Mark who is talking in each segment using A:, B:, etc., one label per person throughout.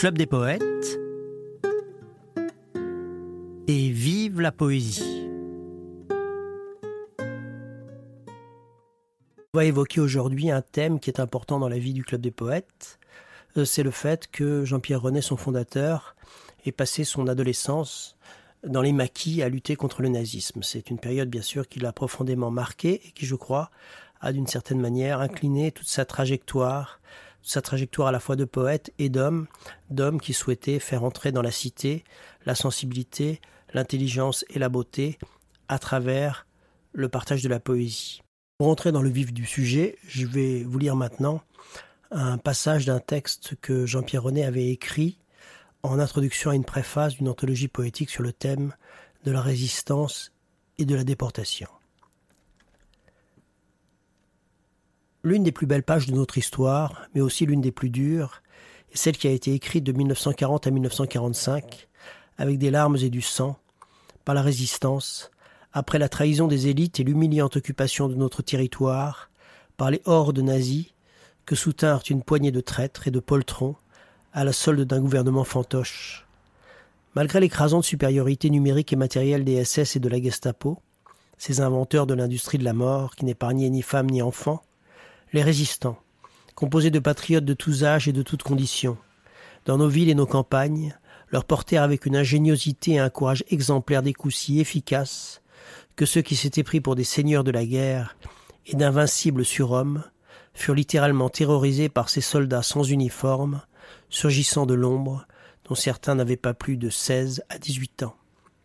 A: Club des poètes et vive la poésie. On va évoquer aujourd'hui un thème qui est important dans la vie du Club des poètes. C'est le fait que Jean-Pierre Renet, son fondateur, ait passé son adolescence dans les maquis à lutter contre le nazisme. C'est une période, bien sûr, qui l'a profondément marqué et qui, je crois, a d'une certaine manière incliné toute sa trajectoire à la fois de poète et d'homme qui souhaitait faire entrer dans la cité la sensibilité, l'intelligence et la beauté à travers le partage de la poésie. Pour entrer dans le vif du sujet, je vais vous lire maintenant un passage d'un texte que Jean-Pierre Renet avait écrit en introduction à une préface d'une anthologie poétique sur le thème de la résistance et de la déportation. L'une des plus belles pages de notre histoire, mais aussi l'une des plus dures, est celle qui a été écrite de 1940 à 1945, avec des larmes et du sang, par la résistance, après la trahison des élites et l'humiliante occupation de notre territoire, par les hordes nazies que soutinrent une poignée de traîtres et de poltrons à la solde d'un gouvernement fantoche. Malgré l'écrasante supériorité numérique et matérielle des SS et de la Gestapo, ces inventeurs de l'industrie de la mort qui n'épargnaient ni femmes ni enfants, les résistants, composés de patriotes de tous âges et de toutes conditions, dans nos villes et nos campagnes, leur portèrent avec une ingéniosité et un courage exemplaires des coups si efficaces que ceux qui s'étaient pris pour des seigneurs de la guerre et d'invincibles surhommes furent littéralement terrorisés par ces soldats sans uniforme, surgissant de l'ombre, dont certains n'avaient pas plus de 16 à 18 ans.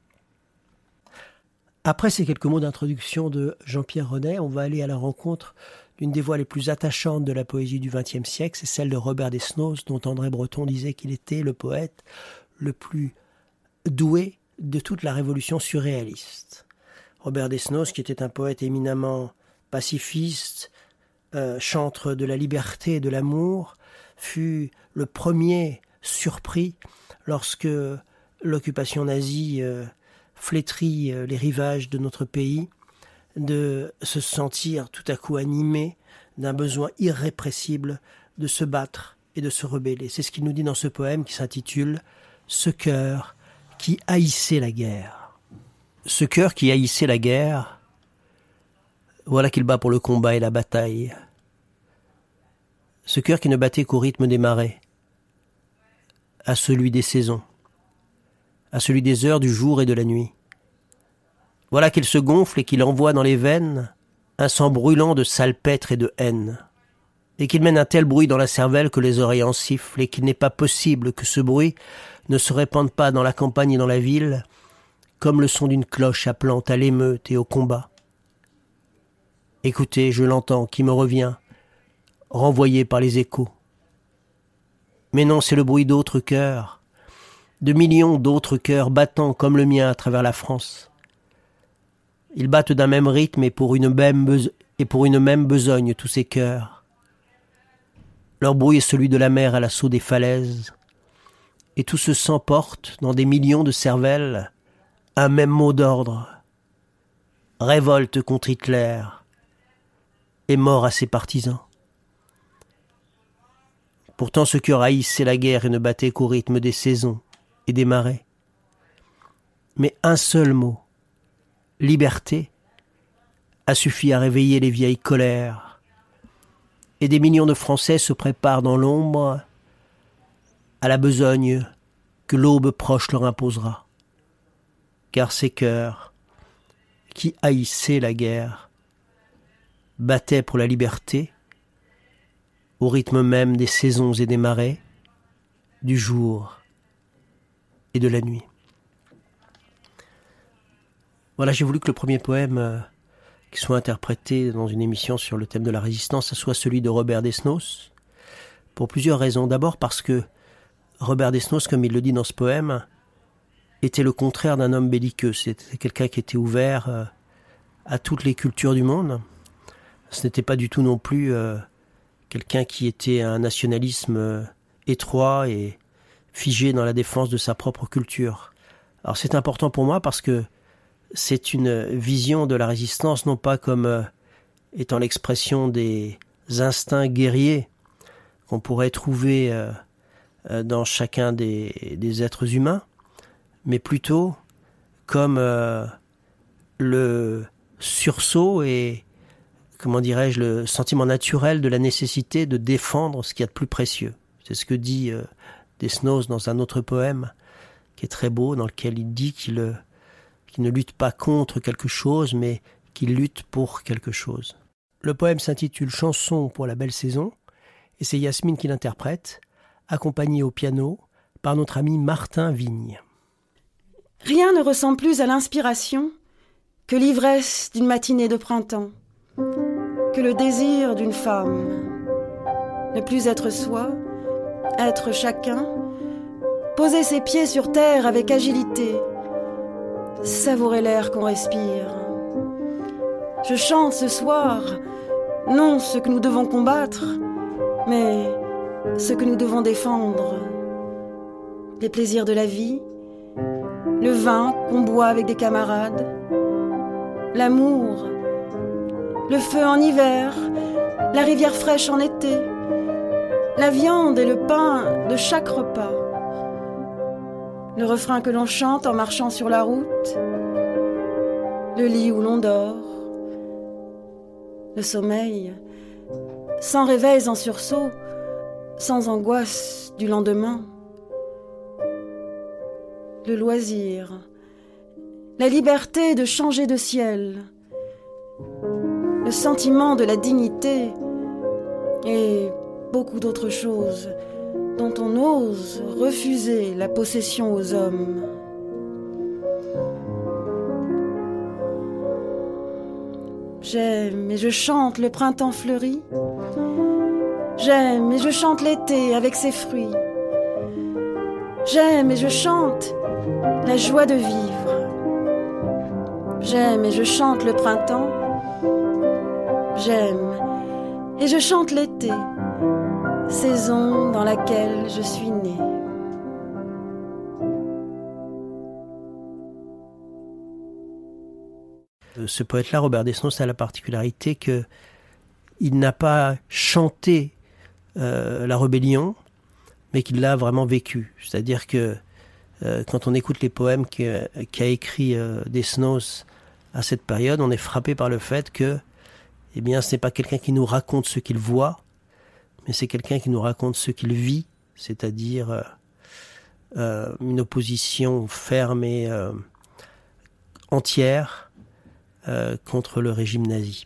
A: Après ces quelques mots d'introduction de Jean-Pierre Renet, on va aller à la rencontre d'une des voix les plus attachantes de la poésie du XXe siècle, c'est celle de Robert Desnos, dont André Breton disait qu'il était le poète le plus doué de toute la révolution surréaliste. Robert Desnos, qui était un poète éminemment pacifiste, chantre de la liberté et de l'amour, fut le premier surpris lorsque l'occupation nazie flétrit les rivages de notre pays, de se sentir tout à coup animé d'un besoin irrépressible de se battre et de se rebeller. C'est ce qu'il nous dit dans ce poème qui s'intitule « Ce cœur qui haïssait la guerre ». Ce cœur qui haïssait la guerre, voilà qu'il bat pour le combat et la bataille. Ce cœur qui ne battait qu'au rythme des marées, à celui des saisons, à celui des heures du jour et de la nuit. Voilà qu'il se gonfle et qu'il envoie dans les veines un sang brûlant de salpêtre et de haine, et qu'il mène un tel bruit dans la cervelle que les oreilles en sifflent, et qu'il n'est pas possible que ce bruit ne se répande pas dans la campagne et dans la ville, comme le son d'une cloche appelant à l'émeute et au combat. Écoutez, je l'entends, qui me revient, renvoyé par les échos. Mais non, c'est le bruit d'autres cœurs, de millions d'autres cœurs battant comme le mien à travers la France. Ils battent d'un même rythme et pour une même besogne tous ces cœurs. Leur bruit est celui de la mer à l'assaut des falaises, et tout ce sang porte, dans des millions de cervelles, un même mot d'ordre. Révolte contre Hitler et mort à ses partisans. Pourtant ce cœur haïssait la guerre et ne battait qu'au rythme des saisons et des marées. Mais un seul mot, liberté, a suffi à réveiller les vieilles colères. Et des millions de Français se préparent dans l'ombre à la besogne que l'aube proche leur imposera. Car ces cœurs qui haïssaient la guerre battaient pour la liberté au rythme même des saisons et des marées, du jour et de la nuit. Voilà, j'ai voulu que le premier poème qui soit interprété dans une émission sur le thème de la résistance, ça soit celui de Robert Desnos, pour plusieurs raisons. D'abord parce que Robert Desnos, comme il le dit dans ce poème, était le contraire d'un homme belliqueux. C'était quelqu'un qui était ouvert à toutes les cultures du monde. Ce n'était pas du tout non plus quelqu'un qui était un nationalisme étroit et figé dans la défense de sa propre culture. Alors c'est important pour moi parce que c'est une vision de la résistance, non pas comme étant l'expression des instincts guerriers qu'on pourrait trouver dans chacun des êtres humains, mais plutôt comme le sursaut et, comment dirais-je, le sentiment naturel de la nécessité de défendre ce qu'il y a de plus précieux. C'est ce que dit Desnos dans un autre poème qui est très beau, dans lequel il dit qu'il ne lutte pas contre quelque chose, mais qu'il lutte pour quelque chose. Le poème s'intitule « Chanson pour la belle saison » et c'est Yasmine qui l'interprète, accompagnée au piano par notre ami Martin Vigne.
B: Rien ne ressemble plus à l'inspiration que l'ivresse d'une matinée de printemps, que le désir d'une femme. Ne plus être soi, être chacun, poser ses pieds sur terre avec agilité, savourer l'air qu'on respire. Je chante ce soir, non ce que nous devons combattre, mais ce que nous devons défendre. Les plaisirs de la vie, le vin qu'on boit avec des camarades, l'amour, le feu en hiver, la rivière fraîche en été, la viande et le pain de chaque repas, le refrain que l'on chante en marchant sur la route, le lit où l'on dort, le sommeil, sans réveils en sursaut, sans angoisse du lendemain, le loisir, la liberté de changer de ciel, le sentiment de la dignité et beaucoup d'autres choses dont on ose refuser la possession aux hommes. J'aime et je chante le printemps fleuri. J'aime et je chante l'été avec ses fruits. J'aime et je chante la joie de vivre. J'aime et je chante le printemps. J'aime et je chante l'été, saison dans laquelle je suis née.
A: Ce poète-là, Robert Desnos, a la particularité qu'il n'a pas chanté la rébellion, mais qu'il l'a vraiment vécu. C'est-à-dire que quand on écoute les poèmes qu'a écrit Desnos à cette période, on est frappé par le fait que, eh bien, ce n'est pas quelqu'un qui nous raconte ce qu'il voit, mais c'est quelqu'un qui nous raconte ce qu'il vit, c'est-à-dire une opposition ferme et entière contre le régime nazi.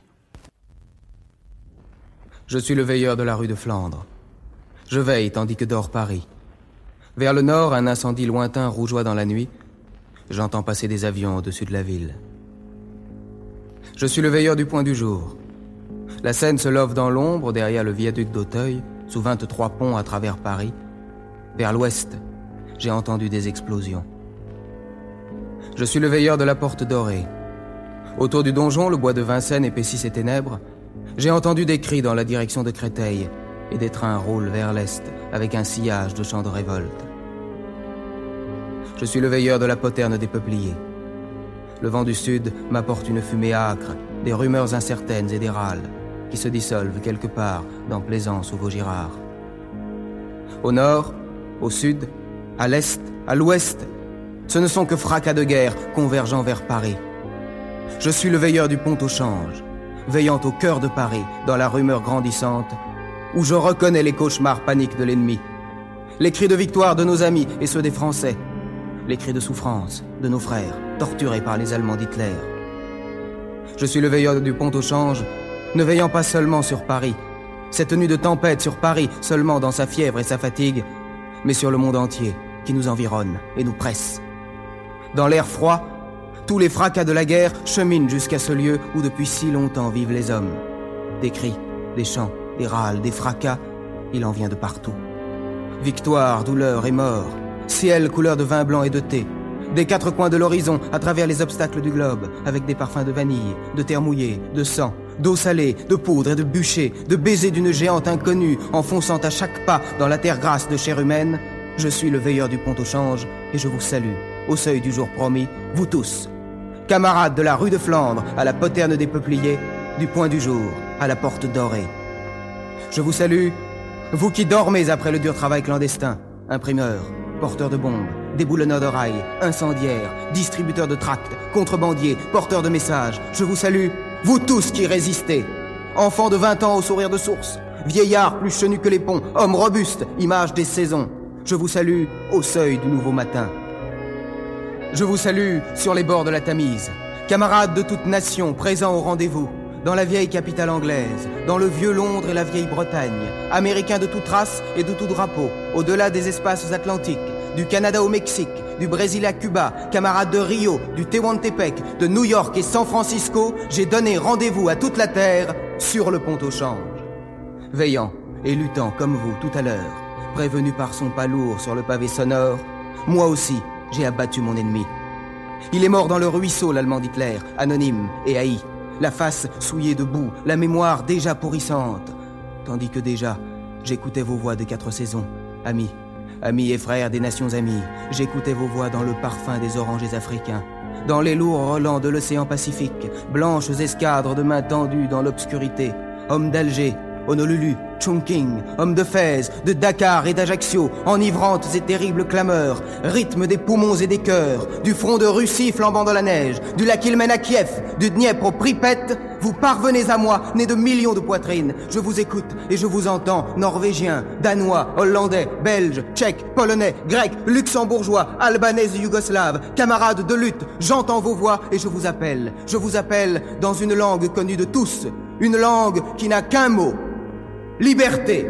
C: Je suis le veilleur de la rue de Flandre. Je veille tandis que dort Paris. Vers le nord, un incendie lointain rougeoie dans la nuit. J'entends passer des avions au-dessus de la ville. Je suis le veilleur du point du jour. La Seine se love dans l'ombre derrière le viaduc d'Auteuil, sous 23 ponts à travers Paris. Vers l'ouest, j'ai entendu des explosions. Je suis le veilleur de la Porte Dorée. Autour du donjon, le bois de Vincennes épaissit ses ténèbres. J'ai entendu des cris dans la direction de Créteil et des trains roulent vers l'est avec un sillage de chants de révolte. Je suis le veilleur de la poterne des peupliers. Le vent du sud m'apporte une fumée âcre, des rumeurs incertaines et des râles qui se dissolvent quelque part dans Plaisance ou Vaugirard. Au nord, au sud, à l'est, à l'ouest, ce ne sont que fracas de guerre convergeant vers Paris. Je suis le veilleur du pont au change, veillant au cœur de Paris, dans la rumeur grandissante, où je reconnais les cauchemars paniques de l'ennemi, les cris de victoire de nos amis et ceux des Français, les cris de souffrance de nos frères, torturés par les Allemands d'Hitler. Je suis le veilleur du pont au change, ne veillant pas seulement sur Paris, cette nuit de tempête sur Paris, seulement dans sa fièvre et sa fatigue, mais sur le monde entier, qui nous environne et nous presse. Dans l'air froid, tous les fracas de la guerre cheminent jusqu'à ce lieu où depuis si longtemps vivent les hommes. Des cris, des chants, des râles, des fracas, il en vient de partout. Victoire, douleur et mort, ciel couleur de vin blanc et de thé, des quatre coins de l'horizon, à travers les obstacles du globe, avec des parfums de vanille, de terre mouillée, de sang, d'eau salée, de poudre et de bûcher, de baisers d'une géante inconnue, enfonçant à chaque pas dans la terre grasse de chair humaine, je suis le veilleur du pont au change, et je vous salue, au seuil du jour promis, vous tous, camarades de la rue de Flandre, à la poterne des peupliers, du point du jour, à la porte dorée. Je vous salue, vous qui dormez après le dur travail clandestin, imprimeurs, porteurs de bombes, déboulonneurs de rails, incendiaires, distributeurs de tracts, contrebandiers, porteurs de messages. Je vous salue, vous tous qui résistez. Enfants de 20 ans au sourire de source, vieillards plus chenus que les ponts, hommes robustes, image des saisons. Je vous salue au seuil du nouveau matin. Je vous salue sur les bords de la Tamise, camarades de toute nation présents au rendez-vous, dans la vieille capitale anglaise, dans le vieux Londres et la vieille Bretagne, américains de toute race et de tout drapeau, au-delà des espaces atlantiques, du Canada au Mexique, du Brésil à Cuba, camarades de Rio, du Tehuantepec, de New York et San Francisco, j'ai donné rendez-vous à toute la terre sur le pont au change. Veillant et luttant comme vous tout à l'heure, prévenu par son pas lourd sur le pavé sonore, moi aussi j'ai abattu mon ennemi. Il est mort dans le ruisseau, l'Allemand d'Hitler, anonyme et haï, la face souillée de boue, la mémoire déjà pourrissante, tandis que déjà j'écoutais vos voix des 4 saisons, amis. Amis et frères des nations amies, j'écoutais vos voix dans le parfum des orangers africains, dans les lourds relents de l'océan Pacifique, blanches escadres de mains tendues dans l'obscurité, hommes d'Alger, Honolulu, Chongqing, hommes de Fès, de Dakar et d'Ajaccio, enivrantes et terribles clameurs, rythme des poumons et des cœurs, du front de Russie flambant dans la neige, du lac Ilmen à Kiev, du Dniepr au Pripet, vous parvenez à moi, nés de millions de poitrines. Je vous écoute et je vous entends, Norvégiens, Danois, Hollandais, Belges, Tchèques, Polonais, Grecs, Luxembourgeois, Albanais et Yougoslaves, camarades de lutte, j'entends vos voix et je vous appelle dans une langue connue de tous, une langue qui n'a qu'un mot. Liberté!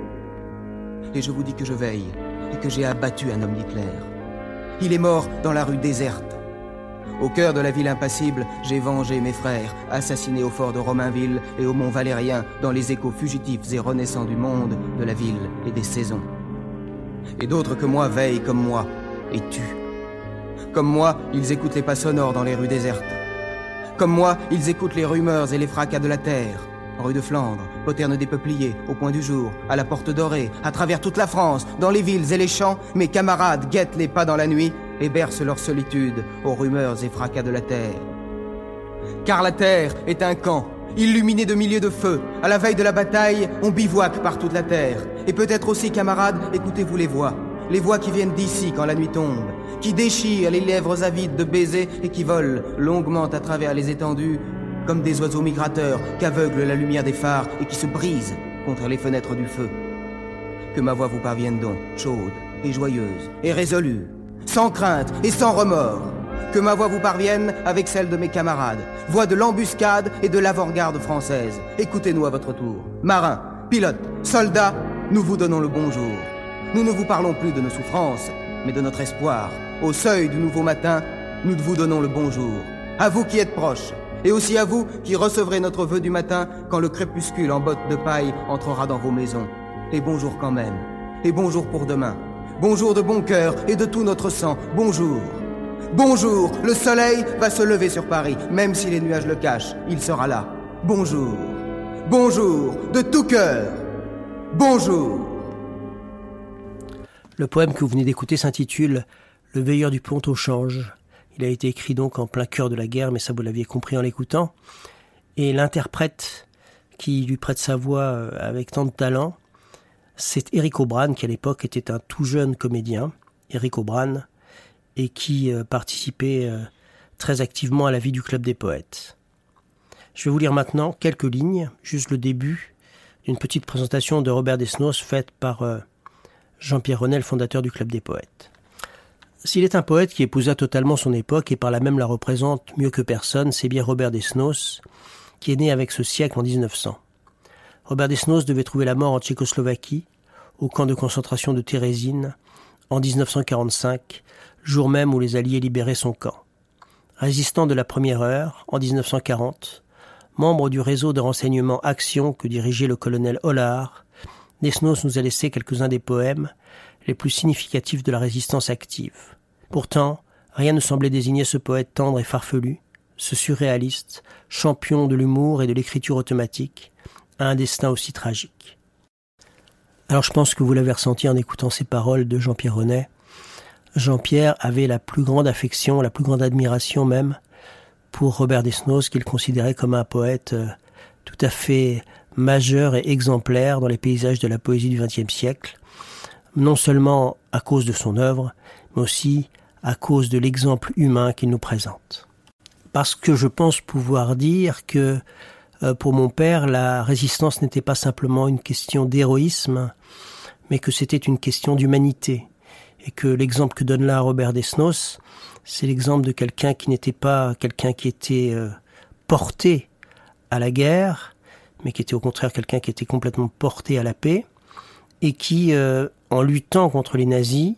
C: Et je vous dis que je veille, et que j'ai abattu un homme d'Hitler. Il est mort dans la rue déserte. Au cœur de la ville impassible, j'ai vengé mes frères, assassinés au fort de Romainville et au mont Valérien, dans les échos fugitifs et renaissants du monde, de la ville et des saisons. Et d'autres que moi veillent comme moi, et tuent. Comme moi, ils écoutent les pas sonores dans les rues désertes. Comme moi, ils écoutent les rumeurs et les fracas de la terre. Rue de Flandre, poterne des peupliers, au point du jour, à la porte dorée, à travers toute la France, dans les villes et les champs, mes camarades guettent les pas dans la nuit et bercent leur solitude aux rumeurs et fracas de la terre. Car la terre est un camp, illuminé de milliers de feux. À la veille de la bataille, on bivouaque par toute la terre. Et peut-être aussi, camarades, écoutez-vous les voix qui viennent d'ici quand la nuit tombe, qui déchirent les lèvres avides de baisers et qui volent longuement à travers les étendues, comme des oiseaux migrateurs qu'aveugle la lumière des phares et qui se brisent contre les fenêtres du feu. Que ma voix vous parvienne donc, chaude et joyeuse et résolue, sans crainte et sans remords. Que ma voix vous parvienne avec celle de mes camarades, voix de l'embuscade et de l'avant-garde française. Écoutez-nous à votre tour. Marins, pilotes, soldats, nous vous donnons le bonjour. Nous ne vous parlons plus de nos souffrances, mais de notre espoir. Au seuil du nouveau matin, nous vous donnons le bonjour. À vous qui êtes proches, et aussi à vous qui recevrez notre vœu du matin quand le crépuscule en bottes de paille entrera dans vos maisons. Et bonjour quand même, et bonjour pour demain. Bonjour de bon cœur et de tout notre sang, bonjour. Bonjour, le soleil va se lever sur Paris, même si les nuages le cachent, il sera là. Bonjour, bonjour, de tout cœur, bonjour.
A: Le poème que vous venez d'écouter s'intitule « Le veilleur du pont au change ». Il a été écrit donc en plein cœur de la guerre, mais ça vous l'aviez compris en l'écoutant. Et l'interprète qui lui prête sa voix avec tant de talent, c'est Eric O'Brien, qui à l'époque était un tout jeune comédien, Eric O'Brien, et qui participait très activement à la vie du Club des Poètes. Je vais vous lire maintenant quelques lignes, juste le début d'une petite présentation de Robert Desnos faite par Jean-Pierre Renet, le fondateur du Club des Poètes. S'il est un poète qui épousa totalement son époque et par là même la représente mieux que personne, c'est bien Robert Desnos, qui est né avec ce siècle en 1900. Robert Desnos devait trouver la mort en Tchécoslovaquie, au camp de concentration de Térésine, en 1945, jour même où les Alliés libéraient son camp. Résistant de la première heure, en 1940, membre du réseau de renseignement Action que dirigeait le colonel Hollard, Desnos nous a laissé quelques-uns des poèmes les plus significatifs de la résistance active. Pourtant, rien ne semblait désigner ce poète tendre et farfelu, ce surréaliste, champion de l'humour et de l'écriture automatique, à un destin aussi tragique. Alors je pense que vous l'avez ressenti en écoutant ces paroles de Jean-Pierre Renet. Jean-Pierre avait la plus grande affection, la plus grande admiration même, pour Robert Desnos, qu'il considérait comme un poète tout à fait majeur et exemplaire dans les paysages de la poésie du XXe siècle. non seulement à cause de son œuvre, mais aussi à cause de l'exemple humain qu'il nous présente. Parce que je pense pouvoir dire que pour mon père, la résistance n'était pas simplement une question d'héroïsme, mais que c'était une question d'humanité. Et que l'exemple que donne là Robert Desnos, c'est l'exemple de quelqu'un qui n'était pas quelqu'un qui était porté à la guerre, mais qui était au contraire quelqu'un qui était complètement porté à la paix, et qui, en luttant contre les nazis,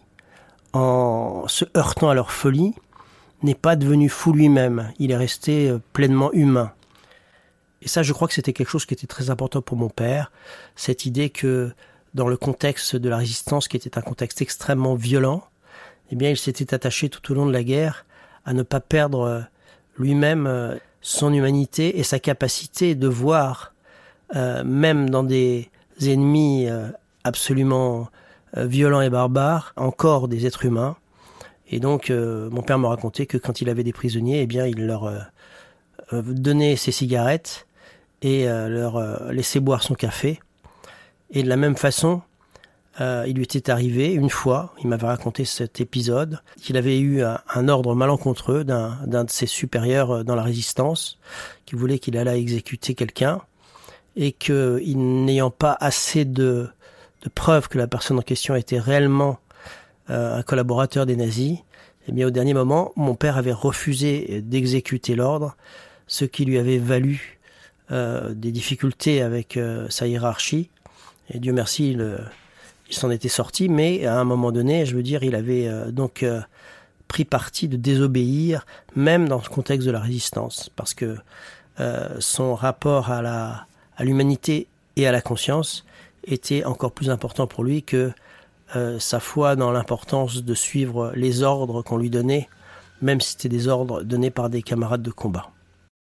A: en se heurtant à leur folie, n'est pas devenu fou lui-même. Il est resté pleinement humain. Et ça, je crois que c'était quelque chose qui était très important pour mon père, cette idée que dans le contexte de la résistance, qui était un contexte extrêmement violent, eh bien, il s'était attaché tout au long de la guerre à ne pas perdre lui-même son humanité et sa capacité de voir, même dans des ennemis absolument violents et barbares, encore des êtres humains. Et donc, mon père me racontait que quand il avait des prisonniers, eh bien, il leur donnait ses cigarettes et leur laissait boire son café. Et de la même façon, il lui était arrivé une fois, il m'avait raconté cet épisode, qu'il avait eu un ordre malencontreux d'un de ses supérieurs dans la résistance, qui voulait qu'il allât exécuter quelqu'un, et qu'il n'ayant pas assez de preuves que la personne en question était réellement un collaborateur des nazis, eh bien au dernier moment, mon père avait refusé d'exécuter l'ordre, ce qui lui avait valu des difficultés avec sa hiérarchie. Et Dieu merci, il s'en était sorti, mais à un moment donné, je veux dire, il avait donc pris parti de désobéir, même dans le contexte de la résistance, parce que son rapport à l'humanité et à la conscience était encore plus important pour lui que sa foi dans l'importance de suivre les ordres qu'on lui donnait, même si c'était des ordres donnés par des camarades de combat.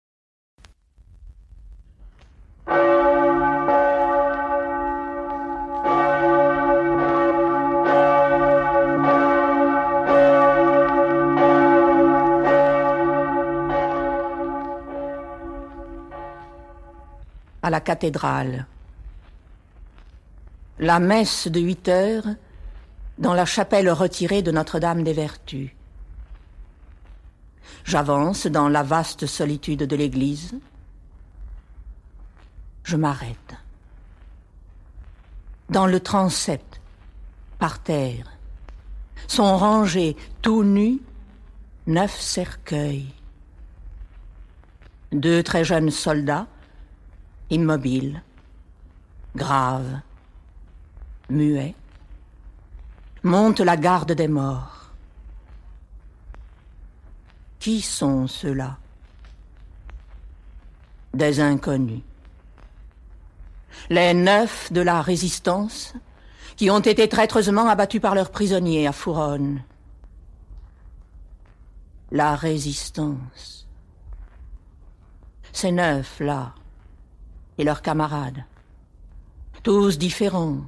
D: À la cathédrale. La messe de 8 heures dans la chapelle retirée de Notre-Dame des Vertus. J'avance dans la vaste solitude de l'église. Je m'arrête. Dans le transept, par terre, sont rangés tout nus 9 cercueils. 2 très jeunes soldats, immobiles, graves, muets, montent la garde des morts. Qui sont ceux-là? Des inconnus. Les 9 de la résistance qui ont été traîtreusement abattus par leurs prisonniers à Fouronne. La résistance. Ces 9-là et leurs camarades, tous différents,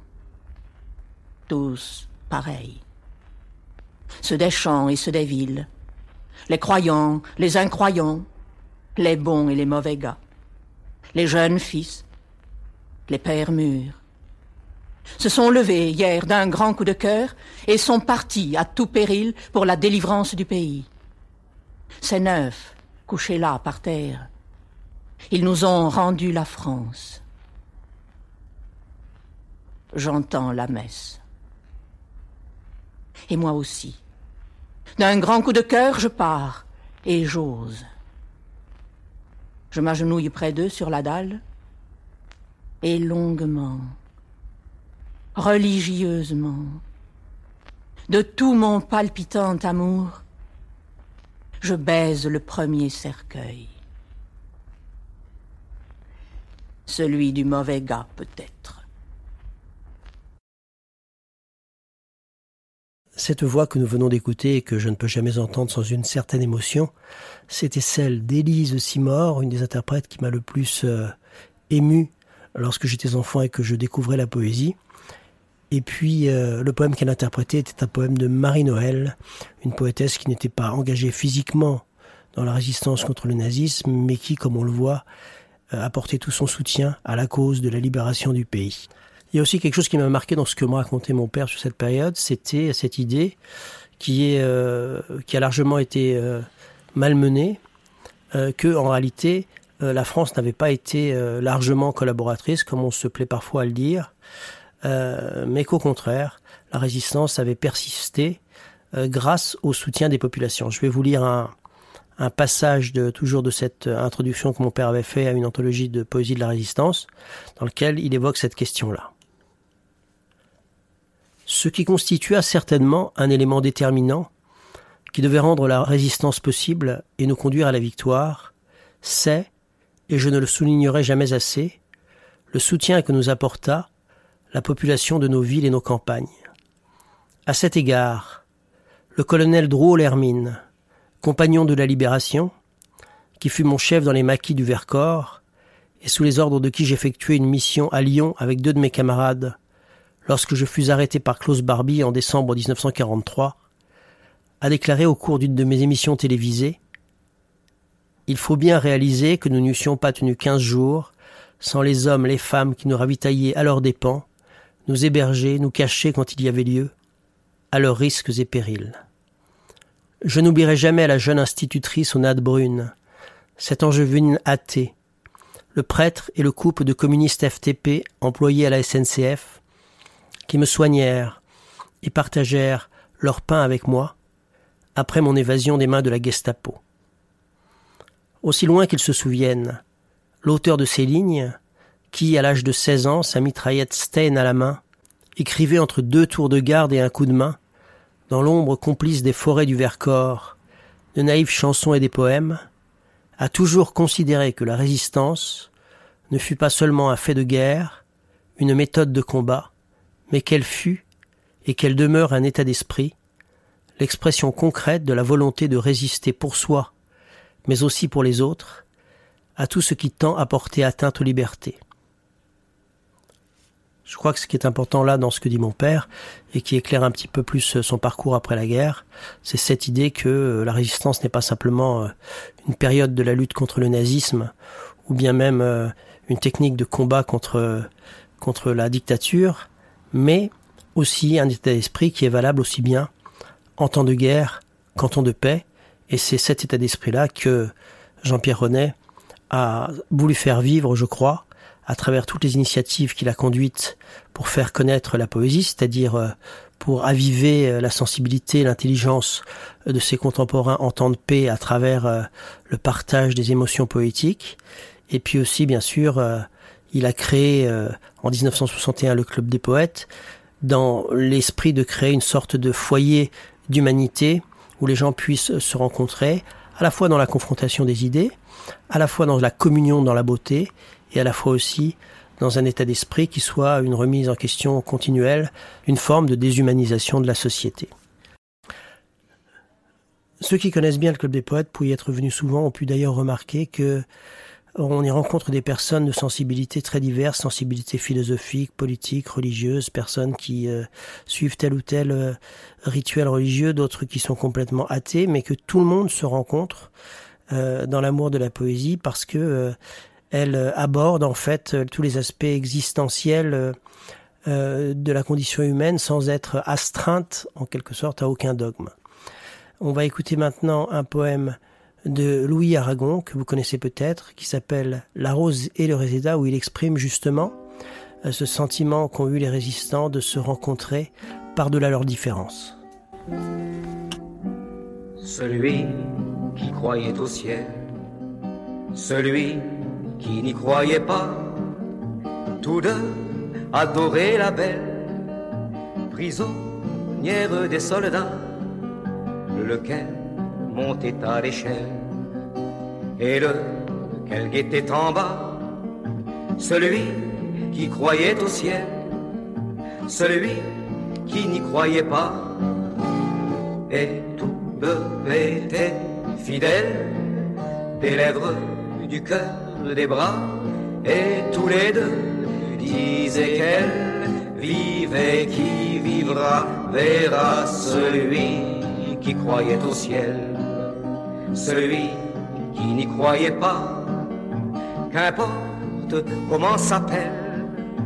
D: tous pareils. Ceux des champs et ceux des villes, les croyants, les incroyants, les bons et les mauvais gars, les jeunes fils, les pères mûrs, se sont levés hier d'un grand coup de cœur et sont partis à tout péril pour la délivrance du pays. Ces 9, couchés là par terre, ils nous ont rendu la France. J'entends la messe. Et moi aussi. D'un grand coup de cœur, je pars et j'ose. Je m'agenouille près d'eux sur la dalle et longuement, religieusement, de tout mon palpitant amour, je baise le premier cercueil. Celui du mauvais gars, peut-être.
A: Cette voix que nous venons d'écouter et que je ne peux jamais entendre sans une certaine émotion, c'était celle d'Élise Simor, une des interprètes qui m'a le plus ému lorsque j'étais enfant et que je découvrais la poésie. Et puis, le poème qu'elle interprétait était un poème de Marie-Noël, une poétesse qui n'était pas engagée physiquement dans la résistance contre le nazisme, mais qui, comme on le voit, apportait tout son soutien à la cause de la libération du pays. Il y a aussi quelque chose qui m'a marqué dans ce que me racontait mon père sur cette période, c'était cette idée qui a largement été malmenée, que en réalité la France n'avait pas été largement collaboratrice, comme on se plaît parfois à le dire, mais qu'au contraire, la résistance avait persisté grâce au soutien des populations. Je vais vous lire un passage toujours de cette introduction que mon père avait fait à une anthologie de poésie de la résistance, dans lequel il évoque cette question-là. Ce qui constitua certainement un élément déterminant qui devait rendre la résistance possible et nous conduire à la victoire, c'est, et je ne le soulignerai jamais assez, le soutien que nous apporta la population de nos villes et nos campagnes. À cet égard, le colonel Drouot-L'Hermine, compagnon de la Libération, qui fut mon chef dans les maquis du Vercors, et sous les ordres de qui j'effectuai une mission à Lyon avec 2 de mes camarades, lorsque je fus arrêté par Klaus Barbie en décembre 1943, a déclaré au cours d'une de mes émissions télévisées « Il faut bien réaliser que nous n'eussions pas tenu 15 jours sans les hommes, les femmes qui nous ravitaillaient à leurs dépens, nous héberger, nous cacher quand il y avait lieu, à leurs risques et périls. » Je n'oublierai jamais la jeune institutrice aux nattes brunes, cette angevine athée, le prêtre et le couple de communistes FTP employés à la SNCF, qui me soignèrent et partagèrent leur pain avec moi, après mon évasion des mains de la Gestapo. Aussi loin qu'ils se souviennent, l'auteur de ces lignes, qui, à l'âge de 16 ans, sa mitraillette Stein à la main, écrivait entre 2 tours de garde et un coup de main, dans l'ombre complice des forêts du Vercors, de naïves chansons et des poèmes, a toujours considéré que la résistance ne fut pas seulement un fait de guerre, une méthode de combat, mais qu'elle fut, et qu'elle demeure un état d'esprit, l'expression concrète de la volonté de résister pour soi, mais aussi pour les autres, à tout ce qui tend à porter atteinte aux libertés. Je crois que ce qui est important là dans ce que dit mon père, et qui éclaire un petit peu plus son parcours après la guerre, c'est cette idée que la résistance n'est pas simplement une période de la lutte contre le nazisme, ou bien même une technique de combat contre la dictature, mais aussi un état d'esprit qui est valable aussi bien en temps de guerre qu'en temps de paix, et c'est cet état d'esprit-là que Jean-Pierre Renet a voulu faire vivre, je crois, à travers toutes les initiatives qu'il a conduites pour faire connaître la poésie, c'est-à-dire pour aviver la sensibilité, l'intelligence de ses contemporains en temps de paix à travers le partage des émotions poétiques. Et puis aussi, bien sûr, il a créé en 1961 le Club des Poètes, dans l'esprit de créer une sorte de foyer d'humanité où les gens puissent se rencontrer, à la fois dans la confrontation des idées, à la fois dans la communion dans la beauté, et à la fois aussi dans un état d'esprit qui soit une remise en question continuelle, une forme de déshumanisation de la société. Ceux qui connaissent bien le Club des Poètes, pour y être venus souvent, ont pu d'ailleurs remarquer que on y rencontre des personnes de sensibilités très diverses, sensibilités philosophiques, politiques, religieuses, personnes qui suivent tel ou tel rituel religieux, d'autres qui sont complètement athées, mais que tout le monde se rencontre dans l'amour de la poésie parce que elle aborde en fait tous les aspects existentiels de la condition humaine sans être astreinte en quelque sorte à aucun dogme. On va écouter maintenant un poème de Louis Aragon, que vous connaissez peut-être, qui s'appelle « La rose et le réséda », où il exprime justement ce sentiment qu'ont eu les résistants de se rencontrer par-delà leurs différences.
E: Celui qui croyait au ciel, celui qui n'y croyait pas, tous deux adoraient la belle, prisonnière des soldats, lequel montait à l'échelle et lequel guettait en bas, celui qui croyait au ciel, celui qui n'y croyait pas, et tous deux étaient fidèles, des lèvres, du cœur, des bras, et tous les deux disaient qu'elle vivait, qui vivra, verra celui qui croyait au ciel, celui qui n'y croyait pas, qu'importe comment s'appelle,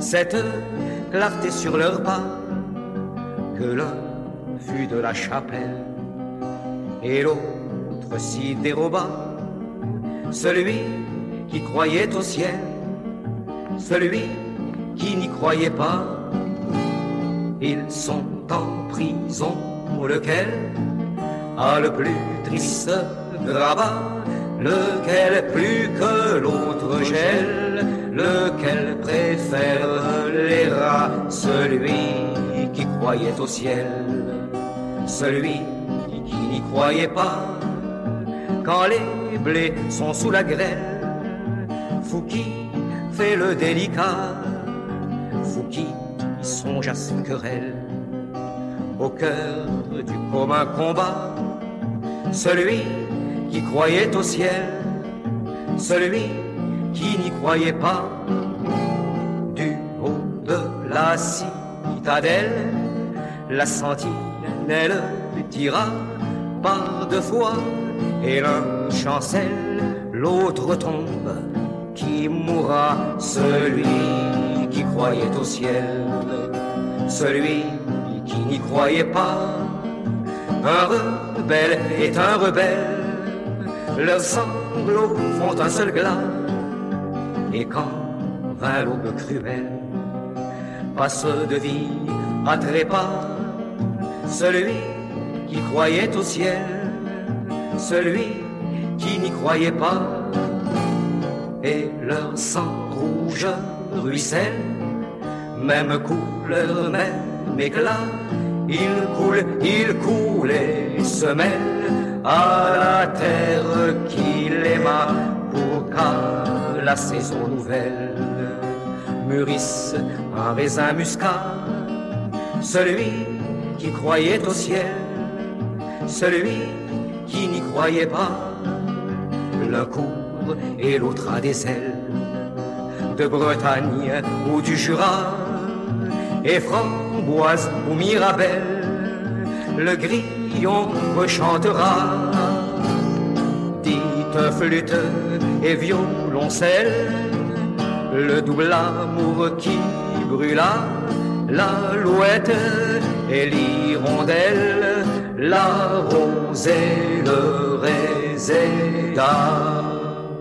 E: cette clarté sur leurs pas, que l'un fut de la chapelle et l'autre s'y déroba. Celui qui croyait au ciel, celui qui n'y croyait pas, ils sont en prison, lequel a le plus triste grabat, lequel plus que l'autre gèle, lequel préfère les rats, celui qui croyait au ciel, celui qui n'y croyait pas. Quand les blés sont sous la grêle, Fouki fait le délicat, Fouki songe à ses querelles. Au cœur du commun combat, celui qui croyait au ciel, celui qui n'y croyait pas. Du haut de la citadelle, la sentinelle tira par deux fois, et l'un chancelle, l'autre tombe. Qui mourra? Celui qui croyait au ciel, celui qui n'y croyait pas. Un rebelle est un rebelle, leurs sanglots font un seul glas. Et quand vint l'aube cruelle, passe de vie à trépas, celui qui croyait au ciel, celui qui n'y croyait pas. Et leur sang rouge ruisselle, même couleur, même éclat. Il coule et se mêle à la terre qu'il aima, pour qu'à la saison nouvelle mûrisse un raisin muscat. Celui qui croyait au ciel, celui qui n'y croyait pas, l'un court et l'autre a des ailes, de Bretagne ou du Jura, et Framboise ou Mirabelle, le grillon rechantera. Dites flûte et violoncelle, le double amour qui brûla, l'alouette et l'hirondelle, la rose et le réséda.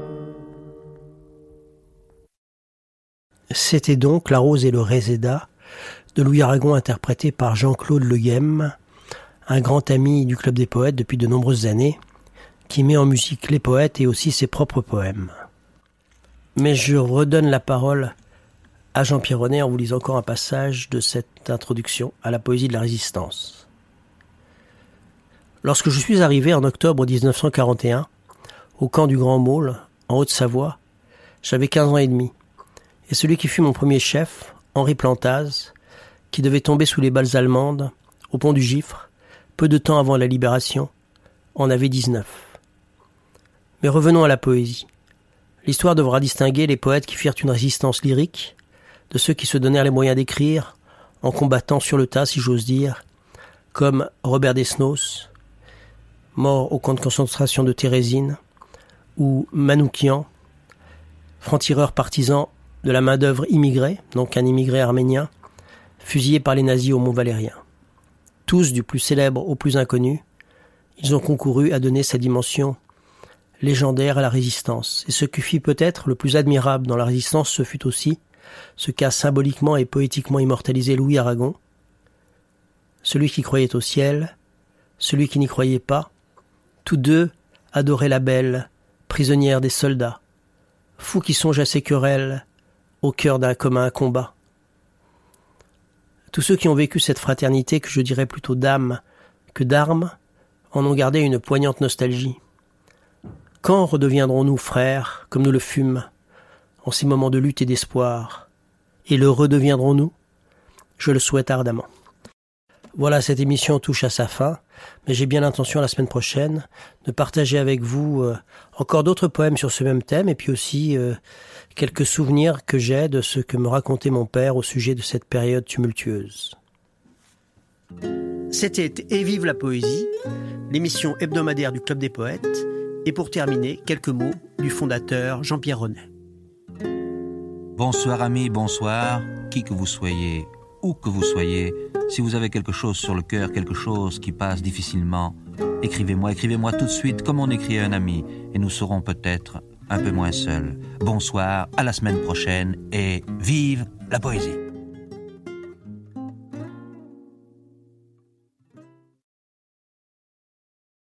A: C'était donc La Rose et le Réséda de Louis Aragon, interprété par Jean-Claude Le Guesme, un grand ami du Club des Poètes depuis de nombreuses années, qui met en musique les poètes et aussi ses propres poèmes. Mais je redonne la parole à Jean-Pierre Renet en vous lisant encore un passage de cette introduction à la poésie de la Résistance. Lorsque je suis arrivé en octobre 1941, au camp du Grand Môle, en Haute-Savoie, j'avais 15 ans et demi. Et celui qui fut mon premier chef, Henri Plantaz, qui devait tomber sous les balles allemandes, au pont du Gifre, peu de temps avant la libération, en avait 19. Mais revenons à la poésie. L'histoire devra distinguer les poètes qui firent une résistance lyrique de ceux qui se donnèrent les moyens d'écrire, en combattant sur le tas, si j'ose dire, comme Robert Desnos, mort au camp de concentration de Térésine, ou Manoukian, franc-tireur partisan de la main-d'œuvre immigrée, donc un immigré arménien, fusillé par les nazis au Mont-Valérien. Tous, du plus célèbre au plus inconnu, ils ont concouru à donner sa dimension légendaire à la résistance. Et ce qui fut peut-être le plus admirable dans la résistance, ce fut aussi ce qu'a symboliquement et poétiquement immortalisé Louis Aragon. Celui qui croyait au ciel, celui qui n'y croyait pas, tous deux adoraient la belle, prisonnière des soldats, fou qui songe à ses querelles, au cœur d'un commun combat. Tous ceux qui ont vécu cette fraternité, que je dirais plutôt d'âme que d'armes, en ont gardé une poignante nostalgie. Quand redeviendrons-nous frères, comme nous le fûmes, en ces moments de lutte et d'espoir? Et le redeviendrons-nous? Je le souhaite ardemment. Voilà, cette émission touche à sa fin, mais j'ai bien l'intention la semaine prochaine de partager avec vous encore d'autres poèmes sur ce même thème, et puis aussi quelques souvenirs que j'ai de ce que me racontait mon père au sujet de cette période tumultueuse. C'était Et vive la poésie, l'émission hebdomadaire du Club des Poètes, et pour terminer, quelques mots du fondateur Jean-Pierre Renet.
F: Bonsoir amis, bonsoir, qui que vous soyez, où que vous soyez, si vous avez quelque chose sur le cœur, quelque chose qui passe difficilement, écrivez-moi tout de suite comme on écrit à un ami, et nous serons peut-être un peu moins seuls. Bonsoir, à la semaine prochaine, et vive la poésie.